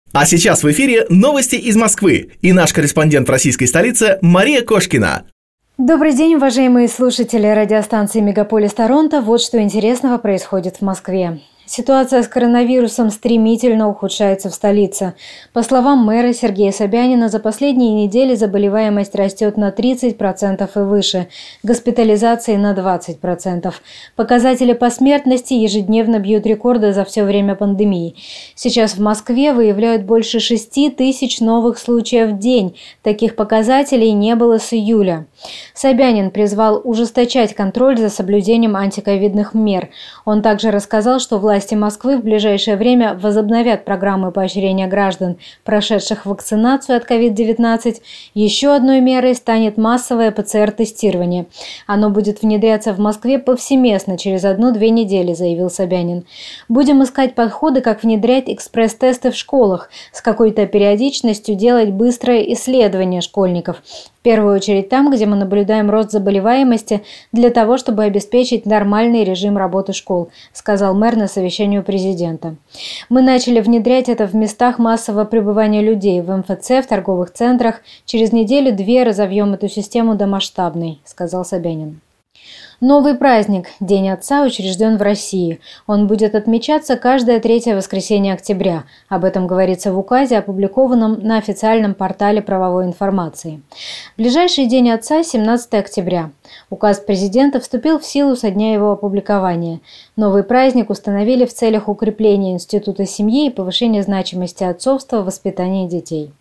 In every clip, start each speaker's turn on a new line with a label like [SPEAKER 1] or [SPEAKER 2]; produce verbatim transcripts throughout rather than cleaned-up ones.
[SPEAKER 1] А сейчас в эфире новости из Москвы и наш корреспондент в российской столице Мария Кошкина.
[SPEAKER 2] Добрый день, уважаемые слушатели радиостанции «Мегаполис Торонто». Вот что интересного происходит в Москве. Ситуация с коронавирусом стремительно ухудшается в столице. По словам мэра Сергея Собянина, за последние недели заболеваемость растет на тридцать процентов и выше, госпитализации на двадцать процентов. Показатели по смертности ежедневно бьют рекорды за все время пандемии. Сейчас в Москве выявляют больше шести тысяч новых случаев в день. Таких показателей не было с июля. Собянин призвал ужесточать контроль за соблюдением антиковидных мер. Он также рассказал, что власти Власти Москвы в ближайшее время возобновят программы поощрения граждан, прошедших вакцинацию от ковид девятнадцать. Еще одной мерой станет массовое ПЦР-тестирование. Оно будет внедряться в Москве повсеместно через одну-две недели, заявил Собянин. Будем искать подходы, как внедрять экспресс-тесты в школах, с какой-то периодичностью делать быстрое исследование школьников. В первую очередь там, где мы наблюдаем рост заболеваемости, для того, чтобы обеспечить нормальный режим работы школ, сказал мэр на совещании у президента. Мы начали внедрять это в местах массового пребывания людей, в эм эф цэ, в торговых центрах. Через неделю-две разовьем эту систему до масштабной, сказал Собянин. Новый праздник – День Отца учрежден в России. Он будет отмечаться каждое третье воскресенье октября. Об этом говорится в указе, опубликованном на официальном портале правовой информации. Ближайший День Отца – семнадцатое октября. Указ президента вступил в силу со дня его опубликования. Новый праздник установили в целях укрепления института семьи и повышения значимости отцовства в воспитании детей.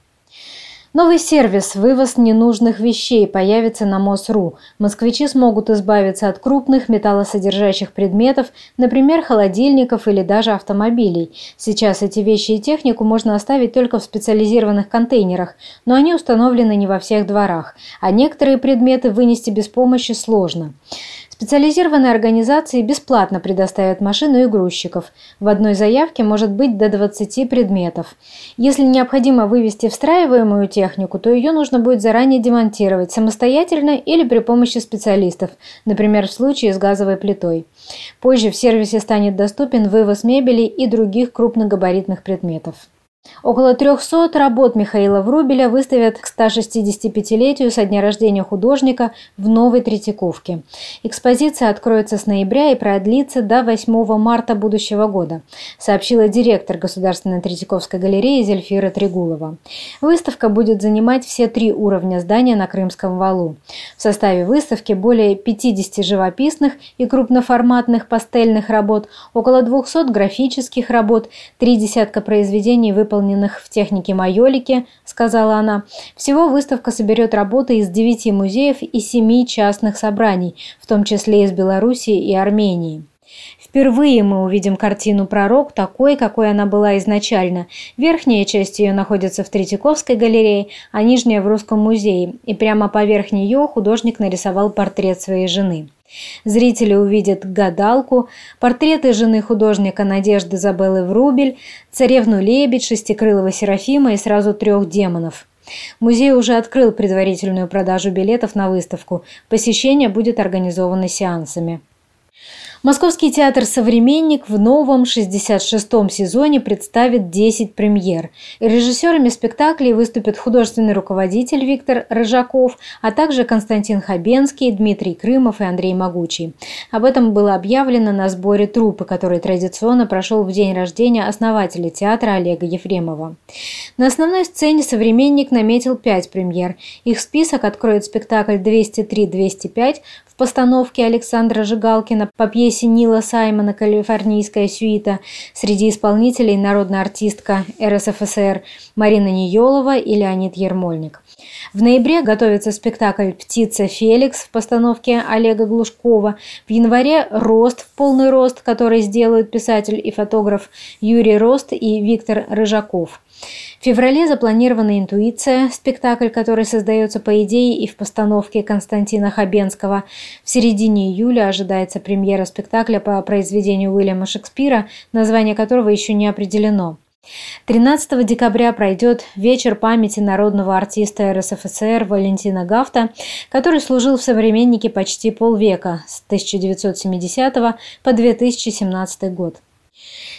[SPEAKER 2] Новый сервис «Вывоз ненужных вещей» появится на МОСРУ. Москвичи смогут избавиться от крупных металлосодержащих предметов, например, холодильников или даже автомобилей. Сейчас эти вещи и технику можно оставить только в специализированных контейнерах, но они установлены не во всех дворах, а некоторые предметы вынести без помощи сложно. Специализированные организации бесплатно предоставят машину и грузчиков. В одной заявке может быть до двадцати предметов. Если необходимо вывести встраиваемую технику, то ее нужно будет заранее демонтировать самостоятельно или при помощи специалистов, например, в случае с газовой плитой. Позже в сервисе станет доступен вывоз мебели и других крупногабаритных предметов. Около трехсот работ Михаила Врубеля выставят к ста шестидесятипятилетию со дня рождения художника в Новой Третьяковке. Экспозиция откроется с ноября и продлится до восьмого марта будущего года, сообщила директор Государственной Третьяковской галереи Зельфира Трегулова. Выставка будет занимать все три уровня здания на Крымском валу. В составе выставки более пятидесяти живописных и крупноформатных пастельных работ, около двухсот графических работ, три десятка произведений выполненных выполненных в технике майолики, сказала она. Всего выставка соберет работы из девяти музеев и семи частных собраний, в том числе из Белоруссии и Армении. Впервые мы увидим картину «Пророк» такой, какой она была изначально. Верхняя часть ее находится в Третьяковской галерее, а нижняя в Русском музее, и прямо поверх нее художник нарисовал портрет своей жены. Зрители увидят гадалку, портреты жены художника Надежды Забеллы Врубель, царевну-лебедь, шестикрылого Серафима и сразу трех демонов. Музей уже открыл предварительную продажу билетов на выставку. Посещение будет организовано сеансами. Московский театр «Современник» в новом шестьдесят шестом сезоне представит десять премьер. Режиссерами спектаклей выступят художественный руководитель Виктор Рыжаков, а также Константин Хабенский, Дмитрий Крымов и Андрей Могучий. Об этом было объявлено на сборе труппы, который традиционно прошел в день рождения основателя театра Олега Ефремова. На основной сцене «Современник» наметил пять премьер. Их список откроет спектакль «двести три двести пять» в постановке Александра Жигалкина по пьесе Нила Саймона «Калифорнийская сюита». Среди исполнителей народная артистка эр эс эф эс эр Марина Ниелова и Леонид Ермольник. В ноябре готовится спектакль «Птица Феликс» в постановке Олега Глушкова. В январе «Рост» в полный рост, который сделают писатель и фотограф Юрий Рост и Виктор Рыжаков. В феврале запланирована «Интуиция», спектакль, который создается по идее и в постановке Константина Хабенского. В середине июля ожидается премьера спектакля по произведению Уильяма Шекспира, название которого еще не определено. тринадцатого декабря пройдет вечер памяти народного артиста эр эс эф эс эр Валентина Гафта, который служил в «Современнике» почти полвека, с тысяча девятьсот семидесятого по две тысячи семнадцатый год.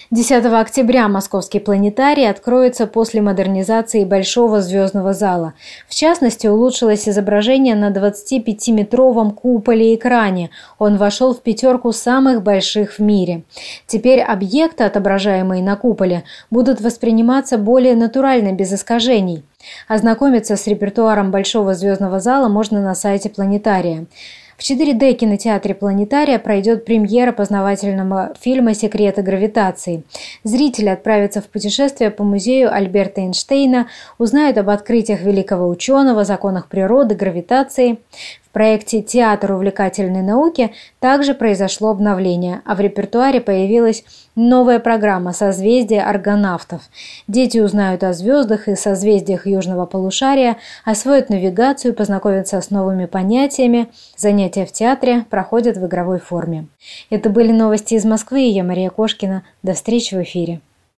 [SPEAKER 2] десятого октября Московский планетарий откроется после модернизации Большого звездного зала. В частности, улучшилось изображение на двадцатипятиметровом куполе-экране. Он вошел в пятерку самых больших в мире. Теперь объекты, отображаемые на куполе, будут восприниматься более натурально, без искажений. Ознакомиться с репертуаром Большого звездного зала можно на сайте планетария. В четыре дэ кинотеатре «Планетария» пройдет премьера познавательного фильма «Секреты гравитации». Зрители отправятся в путешествие по музею Альберта Эйнштейна, узнают об открытиях великого ученого, законах природы, гравитации. В проекте «Театр увлекательной науки» также произошло обновление, а в репертуаре появилась новая программа «Созвездие аргонавтов». Дети узнают о звездах и созвездиях южного полушария, освоят навигацию, познакомятся с новыми понятиями. Занятия в театре проходят в игровой форме. Это были новости из Москвы, и я Мария Кошкина. До встречи в эфире.